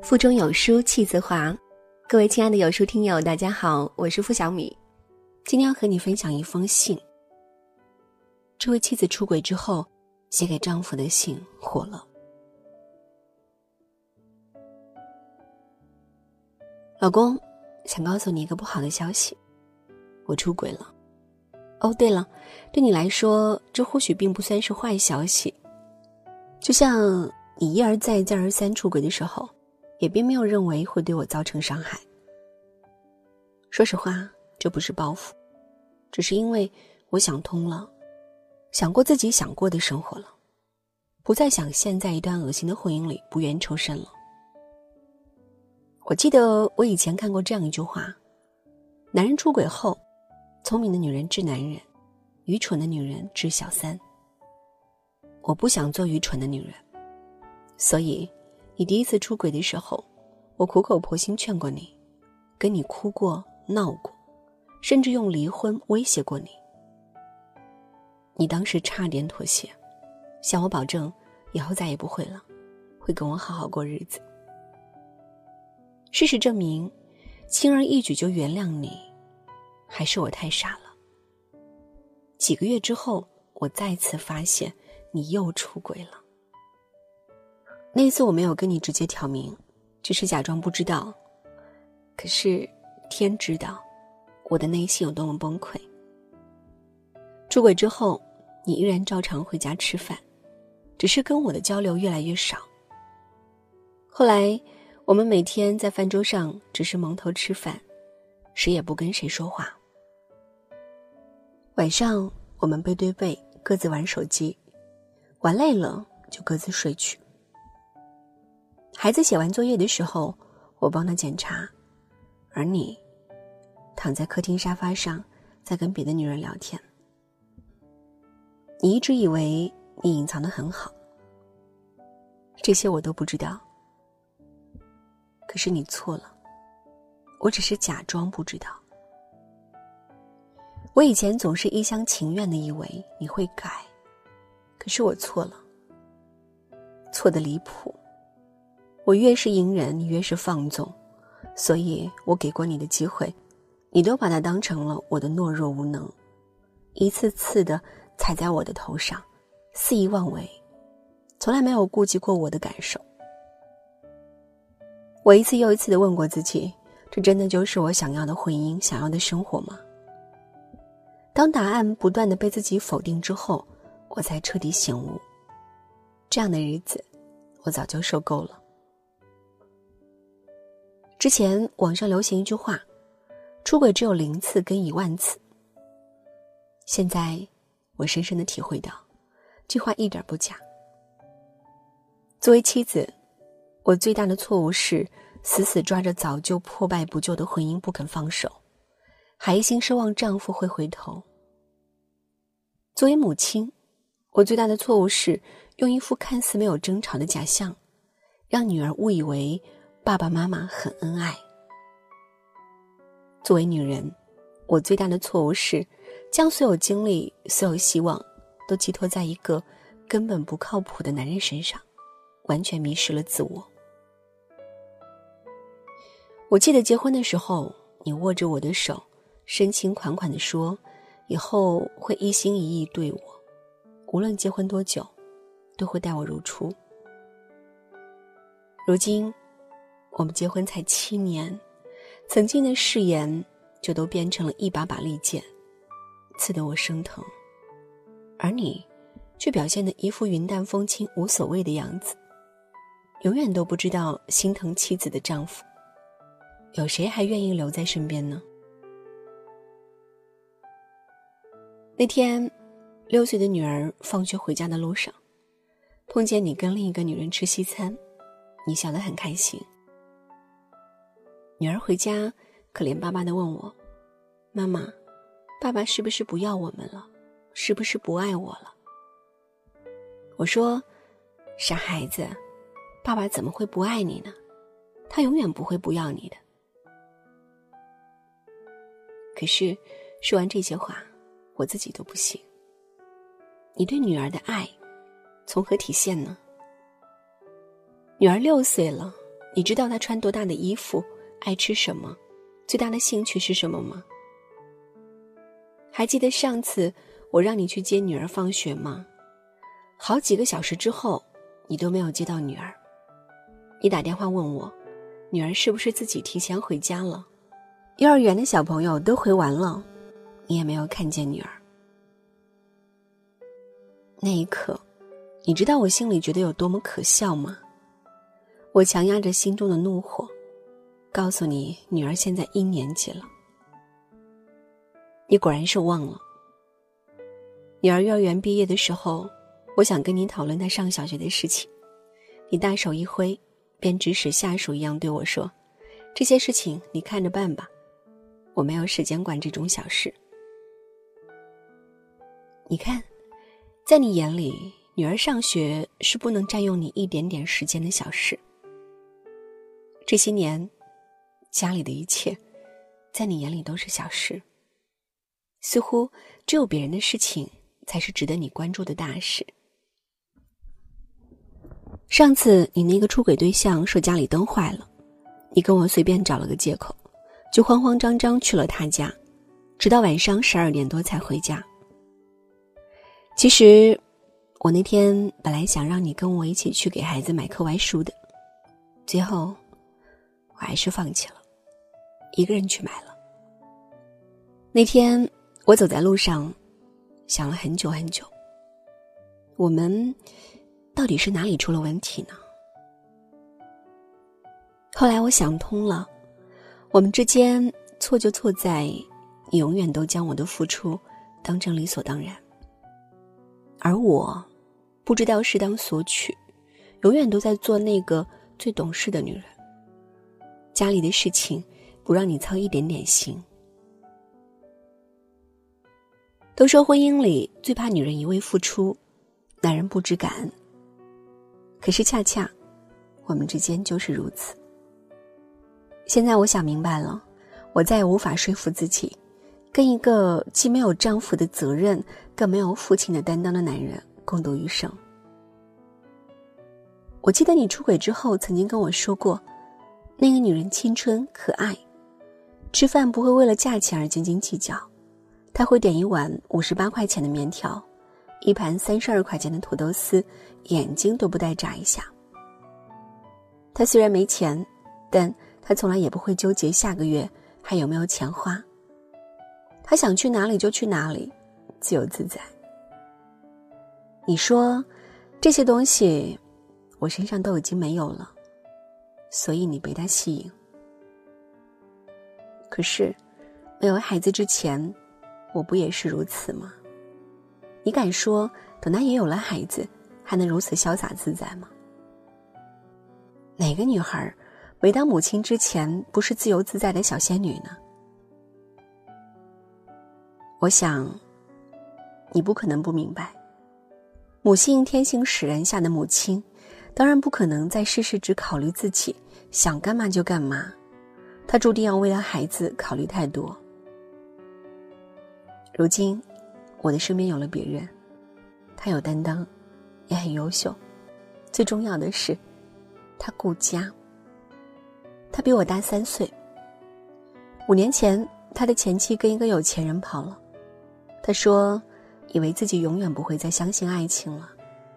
腹中有书气自华，各位亲爱的有书听友大家好，我是付小米。今天要和你分享一封信。这位妻子出轨之后写给丈夫的信火了。老公，想告诉你一个不好的消息，我出轨了。哦，对了，对你来说这或许并不算是坏消息，就像你一而再再而三出轨的时候，也并没有认为会对我造成伤害。说实话，这不是报复，只是因为我想通了，想过自己想过的生活了，不再想陷在一段恶心的婚姻里不愿抽身了。我记得我以前看过这样一句话，男人出轨后，聪明的女人治男人，愚蠢的女人治小三。我不想做愚蠢的女人，所以你第一次出轨的时候，我苦口婆心劝过你，跟你哭过闹过，甚至用离婚威胁过你。你当时差点妥协，向我保证以后再也不会了，会跟我好好过日子。事实证明，轻而易举就原谅你，还是我太傻了。几个月之后，我再次发现你又出轨了。那一次我没有跟你直接挑明，只是假装不知道。可是天知道，我的内心有多么崩溃。出轨之后，你依然照常回家吃饭，只是跟我的交流越来越少。后来我们每天在饭桌上只是蒙头吃饭，谁也不跟谁说话。晚上我们背对背各自玩手机，玩累了就各自睡去。孩子写完作业的时候，我帮他检查，而你躺在客厅沙发上在跟别的女人聊天。你一直以为你隐藏得很好，这些我都不知道。可是你错了，我只是假装不知道。我以前总是一厢情愿地以为你会改，可是我错了，错得离谱。我越是隐忍，你越是放纵，所以我给过你的机会，你都把它当成了我的懦弱无能，一次次地踩在我的头上，肆意妄为，从来没有顾及过我的感受。我一次又一次地问过自己，这真的就是我想要的婚姻，想要的生活吗？当答案不断地被自己否定之后，我才彻底醒悟，这样的日子我早就受够了。之前网上流行一句话，出轨只有0次跟10000次。现在我深深地体会到，这话一点不假。作为妻子，我最大的错误是死死抓着早就破败不救的婚姻不肯放手，还一心奢望丈夫会回头。作为母亲，我最大的错误是用一副看似没有争吵的假象，让女儿误以为爸爸妈妈很恩爱。作为女人，我最大的错误是将所有精力、所有希望都寄托在一个根本不靠谱的男人身上，完全迷失了自我。我记得结婚的时候，你握着我的手，深情款款地说，以后会一心一意对我，无论结婚多久，都会待我如初。如今我们结婚才7年，曾经的誓言就都变成了一把把利剑，刺得我生疼。而你却表现得一副云淡风轻无所谓的样子，永远都不知道心疼妻子的丈夫，有谁还愿意留在身边呢？那天6岁的女儿放学回家的路上，碰见你跟另一个女人吃西餐，你笑得很开心。女儿回家可怜巴巴地问我，妈妈，爸爸是不是不要我们了？是不是不爱我了？我说，傻孩子，爸爸怎么会不爱你呢？他永远不会不要你的。可是说完这些话，我自己都不信。你对女儿的爱从何体现呢？女儿6岁了， 你知道她穿多大的衣服，爱吃什么，最大的兴趣是什么吗？还记得上次我让你去接女儿放学吗？好几个小时之后，你都没有接到女儿。你打电话问我，女儿是不是自己提前回家了？幼儿园的小朋友都回完了，你也没有看见女儿。那一刻，你知道我心里觉得有多么可笑吗？我强压着心中的怒火，告诉你女儿现在1年级了。你果然是忘了。女儿幼儿园毕业的时候，我想跟你讨论她上小学的事情，你大手一挥，便指使下属一样对我说，这些事情你看着办吧，我没有时间管这种小事。你看，在你眼里，女儿上学是不能占用你一点点时间的小事。这些年，家里的一切，在你眼里都是小事。似乎只有别人的事情才是值得你关注的大事。上次你那个出轨对象说家里灯坏了，你跟我随便找了个借口，就慌慌张张去了他家，直到晚上12点多才回家。其实我那天本来想让你跟我一起去给孩子买课外书的，最后我还是放弃了，一个人去买了。那天我走在路上，想了很久很久，我们到底是哪里出了问题呢？后来我想通了，我们之间错就错在你永远都将我的付出当成理所当然，而我不知道适当索取，永远都在做那个最懂事的女人。家里的事情不让你操一点点心。都说婚姻里最怕女人一味付出，男人不知感恩。可是恰恰我们之间就是如此。现在我想明白了，我再也无法说服自己跟一个既没有丈夫的责任更没有父亲的担当的男人共度余生。我记得你出轨之后曾经跟我说过，那个女人青春可爱，吃饭不会为了价钱而斤斤计较，她会点一碗58块钱的面条，一盘32块钱的土豆丝，眼睛都不带眨一下。她虽然没钱，但她从来也不会纠结下个月还有没有钱花。她想去哪里就去哪里，自由自在。你说这些东西我身上都已经没有了，所以你被她吸引。可是没有孩子之前，我不也是如此吗？你敢说等他也有了孩子还能如此潇洒自在吗？哪个女孩没当母亲之前不是自由自在的小仙女呢？我想你不可能不明白，母性天性使然下的母亲当然不可能在事事只考虑自己，想干嘛就干嘛，她注定要为了孩子考虑太多。如今我的身边有了别人，他有担当，也很优秀，最重要的是他顾家。他比我大3岁，5年前他的前妻跟一个有钱人跑了，他说以为自己永远不会再相信爱情了。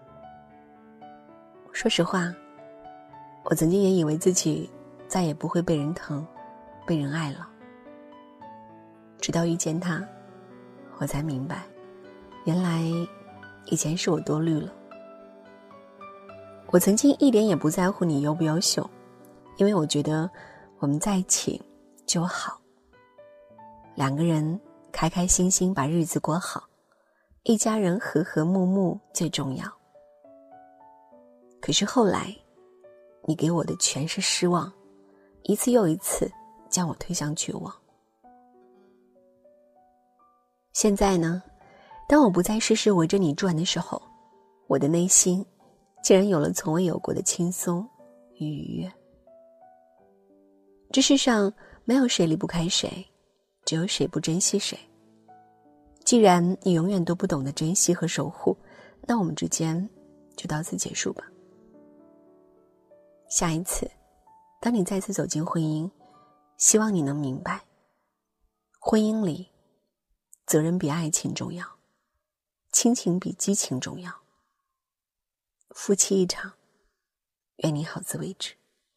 说实话，我曾经也以为自己再也不会被人疼被人爱了，直到遇见他，我才明白，原来以前是我多虑了。我曾经一点也不在乎你优不优秀，因为我觉得我们在一起就好，两个人开开心心把日子过好，一家人和和睦睦最重要。可是后来你给我的全是失望，一次又一次将我推向绝望。现在呢，当我不再事事围着你转的时候，我的内心竟然有了从未有过的轻松与愉悦。这世上没有谁离不开谁，只有谁不珍惜谁。既然你永远都不懂得珍惜和守护，那我们之间就到此结束吧。下一次当你再次走进婚姻，希望你能明白，婚姻里责任比爱情重要，亲情比激情重要。夫妻一场，愿你好自为之。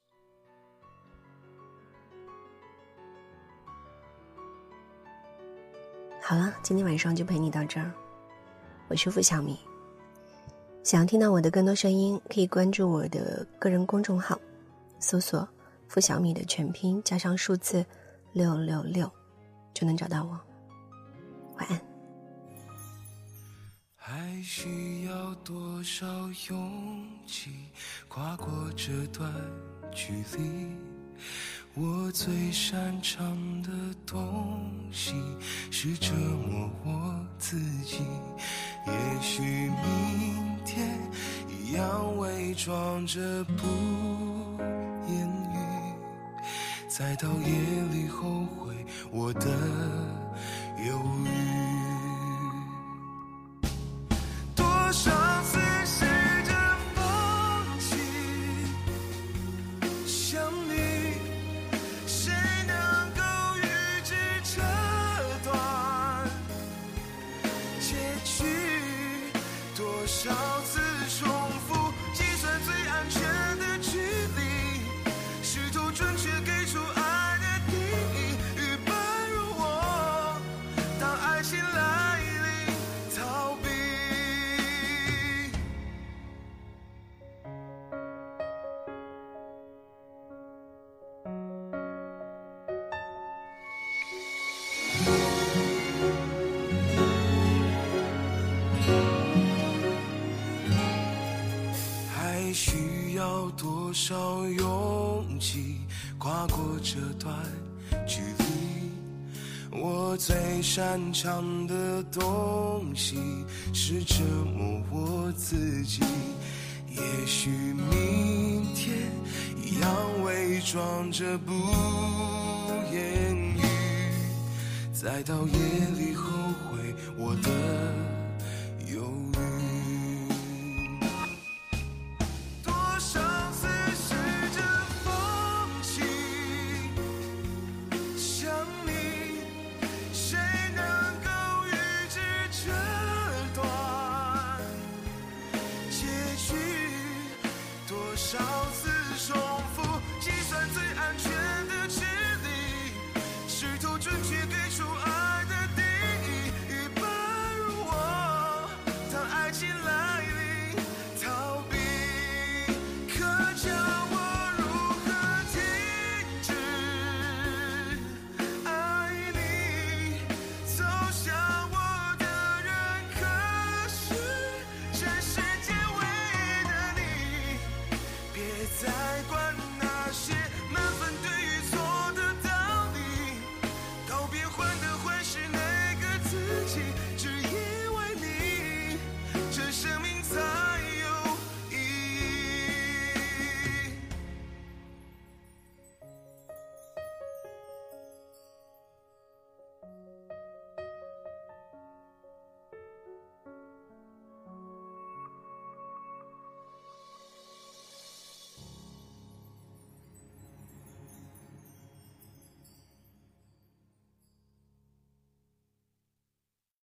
好了，今天晚上就陪你到这儿，我是付小米。想要听到我的更多声音，可以关注我的个人公众号，搜索付小米的全拼加上数字666，就能找到我。晚安。 还需要多少勇气跨过这段距离？我最擅长的东西是折磨我自己，也许明天一样伪装着不言语，再到夜里后悔我的犹豫。多少次重复计算最安全的距离，试图准确给出爱的定义，欲摆入我，当爱情来临逃避。还需要多少勇气跨过这段距离？我最擅长的东西是折磨我自己，也许明天一样伪装着不言语，再到夜里后悔我的